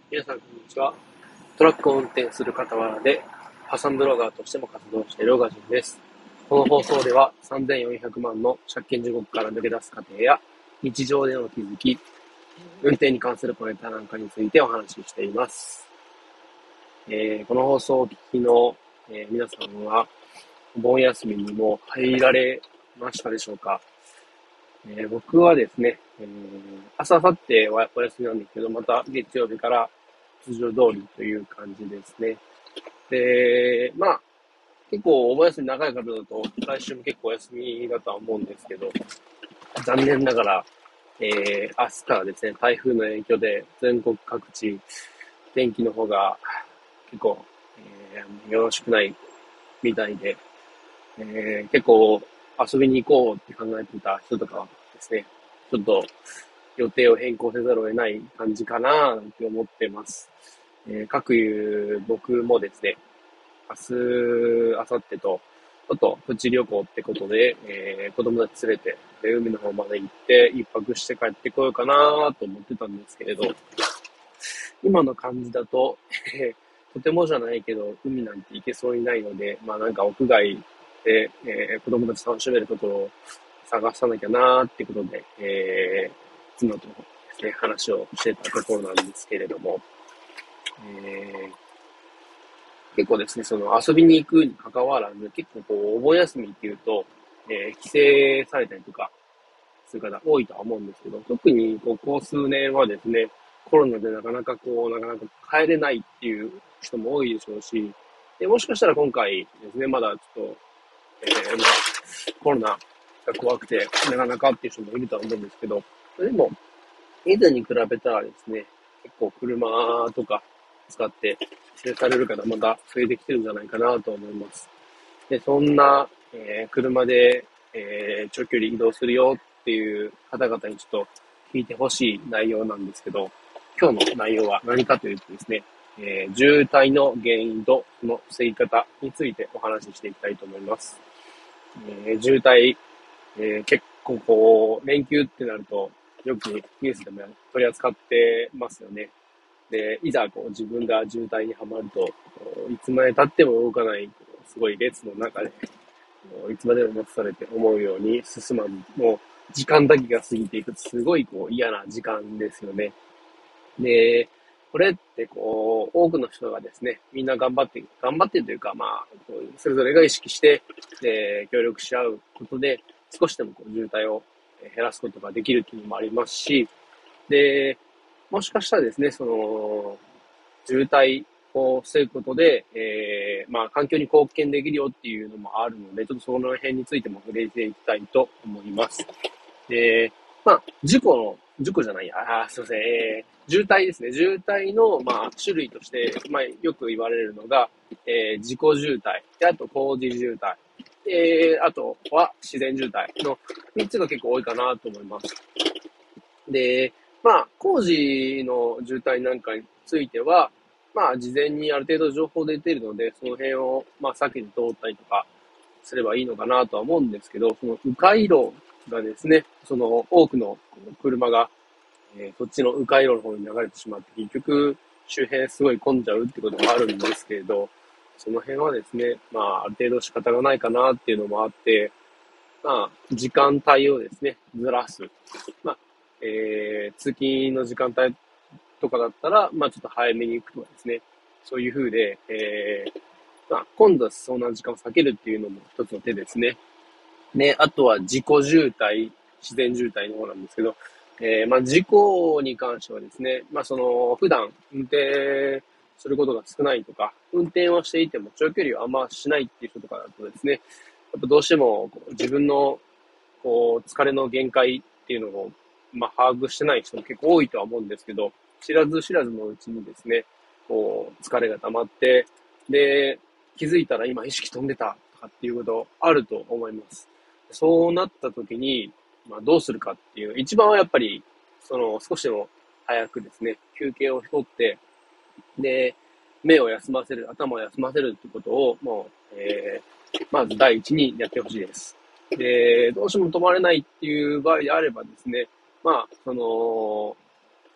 皆さん、こんにちは。トラックを運転する傍らで、破産ブロガーとしても活動しているオガジンです。この放送では、3400万の借金地獄から抜け出す過程や、日常での気づき、運転に関する小ネタなんかについてお話ししています。この放送をお聞きの、皆さんは、お盆休みにも入られましたでしょうか？僕はですね、明後日はお休みなんですけど、また月曜日から通常通りという感じですね。で、結構お盆休み長い方だと、来週も結構お休みだとは思うんですけど、残念ながら、明日からですね、台風の影響で全国各地、天気の方が結構、よろしくないみたいで、結構遊びに行こうって考えていた人とかはですね、ちょっと予定を変更せざるを得ない感じかななんて思ってます。各いう僕もですね、明日、明後日と、ちょっとプチ旅行ってことで、子供たち連れて、海の方まで行って一泊して帰ってこようかなと思ってたんですけれど、今の感じだと、とてもじゃないけど、海なんて行けそうにないので、なんか屋外で、子供たち楽しめるところを探さなきゃなーってことで、妻とですね、話をしてたところなんですけれども、えー結構ですね、その遊びに行くに関わらず、結構こう、お盆休みっていうと、帰省されたりとか、する方多いとは思うんですけど、特にここ数年はですね、コロナでなかなか帰れないっていう人も多いでしょうし、でもしかしたら今回ですね、まだちょっと、コロナが怖くて、なかなかっていう人もいるとは思うんですけど、でも、以前に比べたらですね、結構車とか使って帰省される方また増えてきてるんじゃないかなと思います。で、そんな、車で、長距離移動するよっていう方々にちょっと聞いてほしい内容なんですけど、今日の内容は何かというとですね、渋滞の原因とその防ぎ方についてお話ししていきたいと思います。渋滞、結構こう、連休ってなると、よくニュースでも取り扱ってますよね。で、いざこう自分が渋滞にはまると、いつまで経っても動かない、すごい列の中で、いつまでも待たされて思うように進まず、もう時間だけが過ぎていく、すごいこう嫌な時間ですよね。で、これってこう、多くの人がですね、みんな頑張ってというか、こうそれぞれが意識して、協力し合うことで、少しでもこう渋滞を減らすことができるっていうのもありますし、で、もしかしたらですね、その、渋滞を防ぐことで、環境に貢献できるよっていうのもあるので、ちょっとその辺についても触れていきたいと思います。で、事故じゃないや、すいません、渋滞ですね。渋滞の、種類として、よく言われるのが、自己渋滞、で、あと工事渋滞、あとは自然渋滞の3つが結構多いかなと思います。で、工事の渋滞なんかについては、事前にある程度情報出ているので、その辺を、避けて通ったりとかすればいいのかなとは思うんですけど、その迂回路がですね、その多くの車が、そっちの迂回路の方に流れてしまって、結局周辺すごい混んじゃうってことがあるんですけれど、その辺はですね、ある程度仕方がないかなっていうのもあって、時間帯をですね、ずらす。まあ、通勤の時間帯とかだったら、ちょっと早めに行くとかですね、そういう風で、混雑しそうな時間を避けるっていうのも一つの手ですね。で、あとは自己渋滞、自然渋滞の方なんですけど、事故に関してはですね、普段運転することが少ないとか、運転をしていても長距離をあんましないっていう人とかだとですね、やっぱどうしても自分の疲れの限界っていうのを、把握してない人も結構多いとは思うんですけど、知らず知らずのうちにですね、疲れが溜まって、で、気づいたら今意識飛んでたとかっていうことあると思います。そうなった時に、どうするかっていう、一番はやっぱり、少しでも早くですね、休憩を取って、で、目を休ませる、頭を休ませるってことを、まず第一にやってほしいです。で、どうしても止まれないっていう場合であればですね、まあ、その、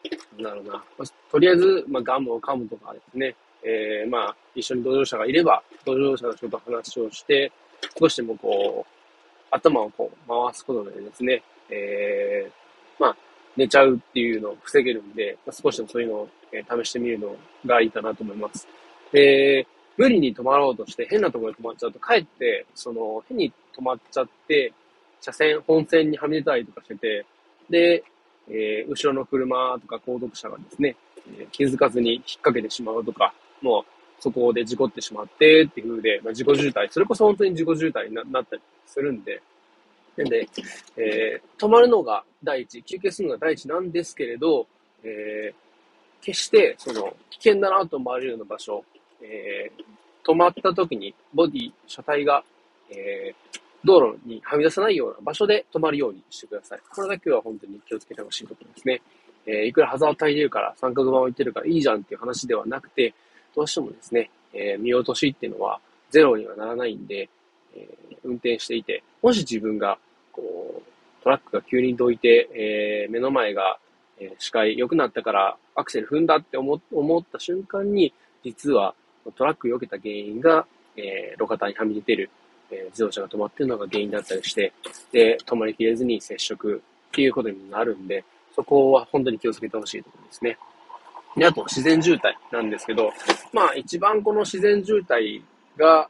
なるほどな。とりあえず、ガムを噛むとかですね。一緒に同乗者がいれば、同乗者の人と話をして、少しでも頭を回すことでですね、寝ちゃうっていうのを防げるんで、少しでもそういうのを、試してみるのがいいかなと思います。で、無理に止まろうとして変なところで止まっちゃうと、かえって、変に止まっちゃって、本線にはみ出たりとかしてて、で、後ろの車とか後続車がですね、気づかずに引っ掛けてしまうとか、もうそこで事故ってしまってっていう風で、自己渋滞、それこそ本当に自己渋滞になったりするんで、なんで、止まるのが第一、休憩するのが第一なんですけれど、決して、危険だなと思われるような場所、止まった時に、車体が、道路にはみ出さないような場所で止まるようにしてください。これだけは本当に気をつけてほしいところですね。いくらハザード焚いてるから、三角板を置いてるからいいじゃんっていう話ではなくて、どうしてもですね、見落としっていうのはゼロにはならないんで、運転していて、もし自分が、トラックが急にどいて、目の前が、視界良くなったからアクセル踏んだって思った瞬間に、実はトラック避けた原因が、路肩にはみ出てる、自動車が止まってるのが原因だったりして、で、止まりきれずに接触っていうことになるんで、そこは本当に気をつけてほしいところですね。で、あと、自然渋滞なんですけど、一番この自然渋滞が、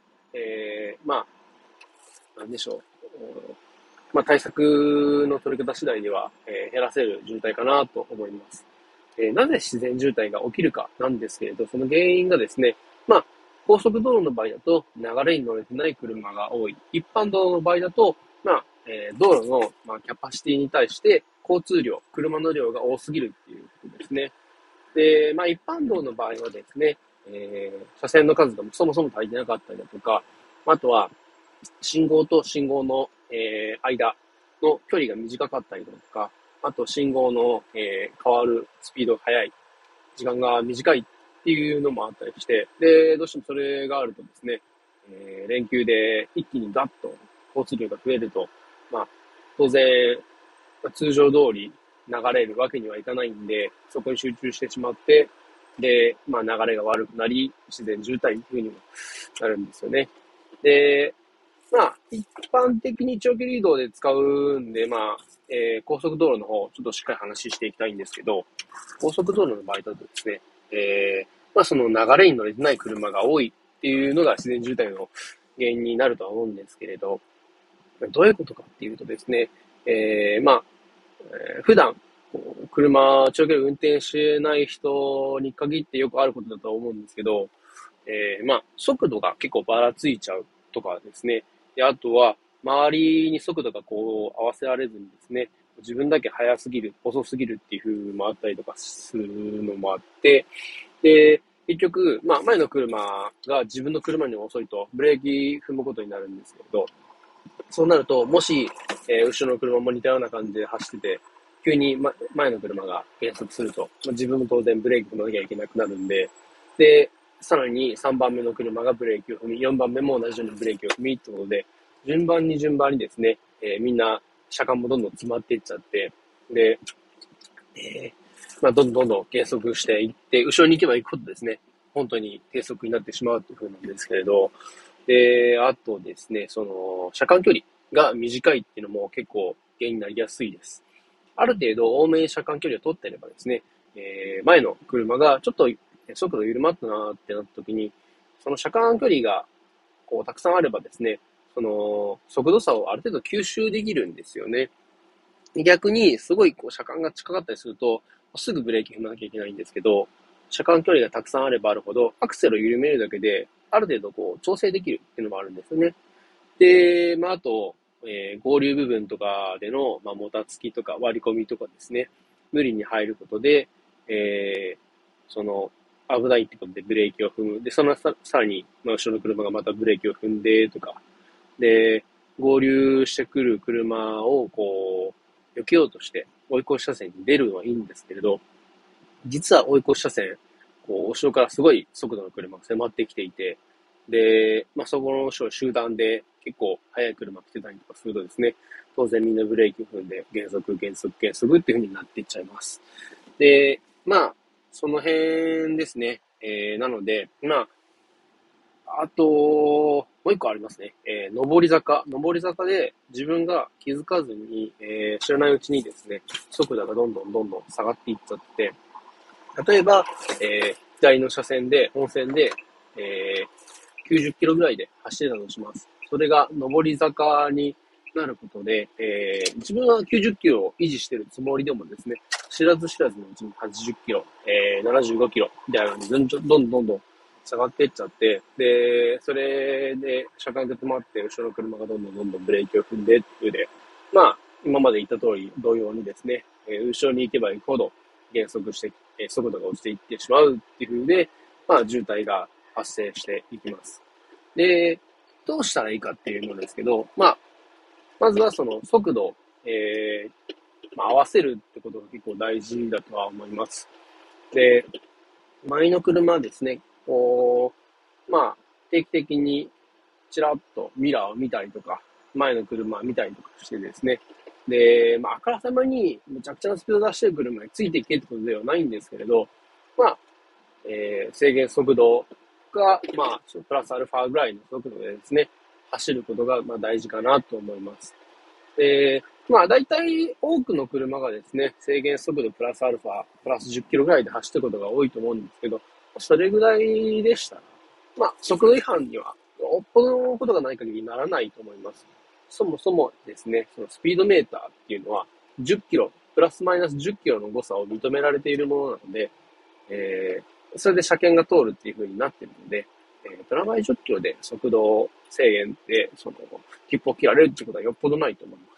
なんでしょう。対策の取り方次第では、減らせる渋滞かなと思います。なぜ自然渋滞が起きるかなんですけれど、その原因がですね、高速道路の場合だと流れに乗れてない車が多い。一般道路の場合だと、道路の、キャパシティに対して交通量、車の量が多すぎるっていうことですね。で、一般道の場合はですね、車線の数がそもそも足りてなかったりだとか、あとは、信号と信号の、間の距離が短かったりだとか、あと信号の、変わるスピードが速い、時間が短いっていうのもあったりして、で、どうしてもそれがあるとですね、連休で一気にガッと交通量が増えると、当然、通常通り流れるわけにはいかないんで、そこに集中してしまって、で、流れが悪くなり、自然渋滞っていう風にもなるんですよね。で、一般的に長距離移動で使うんで、高速道路の方、ちょっとしっかり話していきたいんですけど、高速道路の場合だとですね、その流れに乗れてない車が多いっていうのが自然渋滞の原因になるとは思うんですけれど、どういうことかっていうとですね、普段、長距離運転してない人に限ってよくあることだと思うんですけど、速度が結構ばらついちゃうとかですね。で、あとは、周りに速度が合わせられずにですね、自分だけ速すぎる、遅すぎるっていう風もあったりとかするのもあって、で、結局、前の車が自分の車に遅いと、ブレーキ踏むことになるんですけど、そうなると、もし、後ろの車も似たような感じで走ってて、急に、前の車が減速すると、自分も当然ブレーキ踏まなきゃいけなくなるんで、で、さらに3番目の車がブレーキを踏み、4番目も同じようにブレーキを踏みってことで、順番にですね、みんな車間もどんどん詰まっていっちゃって、で、どんどん減速していって、後ろに行けば行くほどですね、本当に低速になってしまうというふうなんですけれど、で、あとですね、車間距離が短いっていうのも結構原因になりやすいです。ある程度多めに車間距離を取っていればですね、前の車がちょっと速度緩まったなってなった時に、その車間距離がたくさんあればですね、その速度差をある程度吸収できるんですよね。逆に、すごい車間が近かったりすると、すぐブレーキ踏まなきゃいけないんですけど、車間距離がたくさんあればあるほど、アクセルを緩めるだけで、ある程度調整できるっていうのもあるんですよね。で、あと、合流部分とかでの、もたつきとか割り込みとかですね、無理に入ることで、えーその、危ないってことでブレーキを踏む。で、さらに、後ろの車がまたブレーキを踏んで、とか、で、合流してくる車を避けようとして追い越し車線に出るのはいいんですけれど、実は追い越し車線、後ろからすごい速度の車が迫ってきていて、で、そこの後ろ集団で結構速い車来てたりとかするとですね、当然みんなブレーキを踏んで減速っていう風になっていっちゃいます。で、 まあ、その辺ですね。なので、あと、もう一個ありますね。上り坂。上り坂で自分が気づかずに、知らないうちにですね、速度がどんどん下がっていっちゃって、例えば、左の車線で、本線で、90キロぐらいで走ってたとします。それが上り坂になることで、自分は90キロを維持しているつもりでもですね、知らず知らずのうちに80キロ、75キロみたいなのにどんどん下がっていっちゃって、で、それで車間で止まって、後ろの車がどんどんブレーキを踏んでっていうで、今まで言った通り同様にですね、後ろに行けば行くほど減速して、速度が落ちていってしまうっていう風で、渋滞が発生していきます。で、どうしたらいいかっていうのですけど、まずはその速度、合わせるってことが結構大事だとは思います。で、前の車ですね、定期的にちらっとミラーを見たりとか、前の車を見たりとかしてですね、で、あからさまにむちゃくちゃなスピード出してる車についていけってことではないんですけれど、制限速度が、プラスアルファぐらいの速度でですね、走ることが、大事かなと思います。で、大体多くの車がですね、制限速度プラスアルファ、プラス10キロぐらいで走ってることが多いと思うんですけど、それぐらいでしたら、速度違反には、よっぽどのことがない限りならないと思います。そもそもですね、そのスピードメーターっていうのは、10キロ、プラスマイナス10キロの誤差を認められているものなので、それで車検が通るっていう風になっているので、プラマイ10キロで速度制限で、切符を切られるってことはよっぽどないと思います。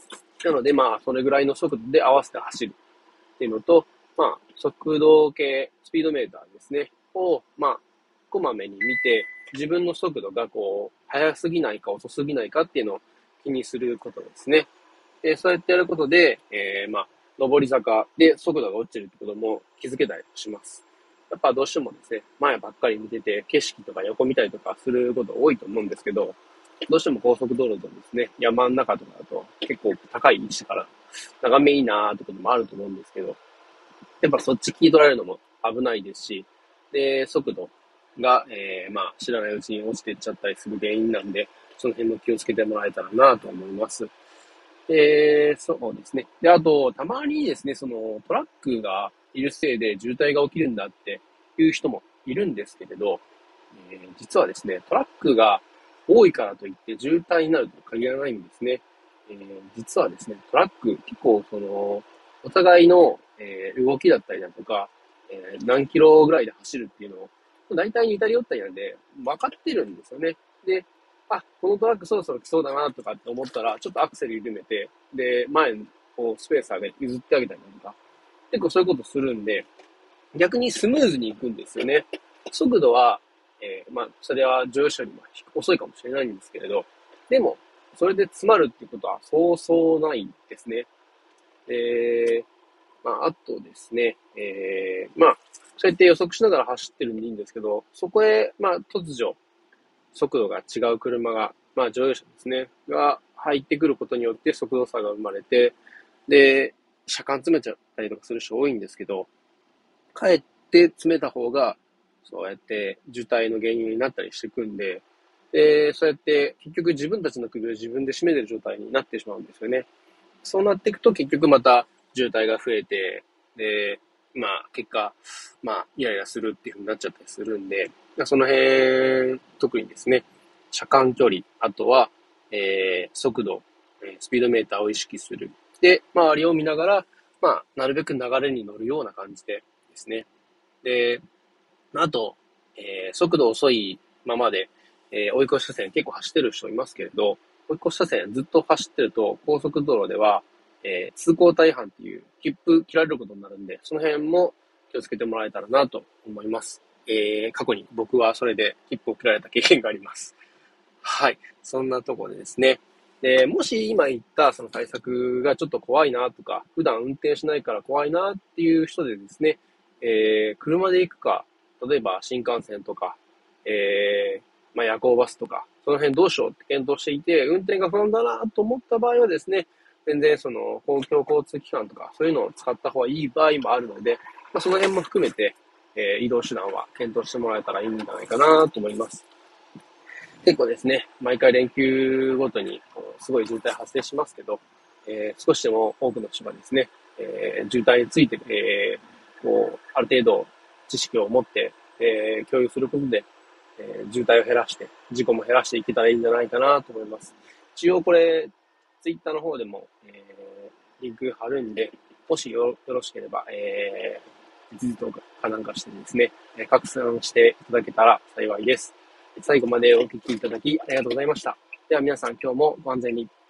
なので、それぐらいの速度で合わせて走るっていうのと、速度計、スピードメーターですね、を、こまめに見て、自分の速度が速すぎないか遅すぎないかっていうのを気にすることですね。そうやってやることで、上り坂で速度が落ちるってことも気づけたりします。やっぱどうしてもですね、前ばっかり見てて、景色とか横見たりとかすること多いと思うんですけど、どうしても高速道路とですね、山の中とかだと結構高い位置から眺めいいなーってこともあると思うんですけど、やっぱそっち聞い取られるのも危ないですし、で、速度が、知らないうちに落ちていっちゃったりする原因なんで、その辺も気をつけてもらえたらなと思います。そうですね。で、あと、たまにですね、トラックがいるせいで渋滞が起きるんだっていう人もいるんですけれど、実はですね、トラックが多いからといって渋滞になるとは限らないんですね。実はですね、トラック結構お互いの、動きだったりだとか、何キロぐらいで走るっていうのを、大体似たり寄ったりなんで、分かってるんですよね。で、このトラックそろそろ来そうだなとかって思ったら、ちょっとアクセル緩めて、で、前にスペーサーで譲ってあげたりだとか、結構そういうことするんで、逆にスムーズに行くんですよね。速度は、それは乗用車よりも遅いかもしれないんですけれど、でも、それで詰まるっていうことはそうそうないですね。あとですね、そうやって予測しながら走ってるんでいいんですけど、そこへ、突如、速度が違う車が、乗用車ですね、が入ってくることによって速度差が生まれて、で、車間詰めちゃったりとかする人多いんですけど、かえって詰めた方が、そうやって渋滞の原因になったりしていくんで、そうやって結局自分たちの首を自分で締めてる状態になってしまうんですよね。そうなっていくと結局また渋滞が増えて、で、結果、イライラするっていう風になっちゃったりするんで、その辺、特にですね、車間距離、あとは、速度、スピードメーターを意識する。で、周りを見ながら、なるべく流れに乗るような感じでですね。で、あと、速度遅いままで、追い越し車線結構走ってる人いますけれど、追い越し車線ずっと走ってると、高速道路では、通行帯違反っていう切符切られることになるんで、その辺も気をつけてもらえたらなと思います。過去に僕はそれで切符を切られた経験があります。はい。そんなところでですね。で、もし今言ったその対策がちょっと怖いなとか、普段運転しないから怖いなっていう人でですね、車で行くか、例えば新幹線とか、夜行バスとか、その辺どうしようって検討していて、運転が不安だなと思った場合はですね、全然公共交通機関とか、そういうのを使った方がいい場合もあるので、 その辺も含めて、移動手段は検討してもらえたらいいんじゃないかなと思います。結構ですね、毎回連休ごとにすごい渋滞発生しますけど、少しでも多くの人がですね、渋滞について、ある程度知識を持って、共有することで、渋滞を減らして、事故も減らしていけたらいいんじゃないかなと思います。一応これ、ツイッターの方でも、リンク貼るんで、もしよろしければ、リツイートかなんかしてですね、拡散していただけたら幸いです。最後までお聞きいただきありがとうございました。では皆さん今日もご安全に。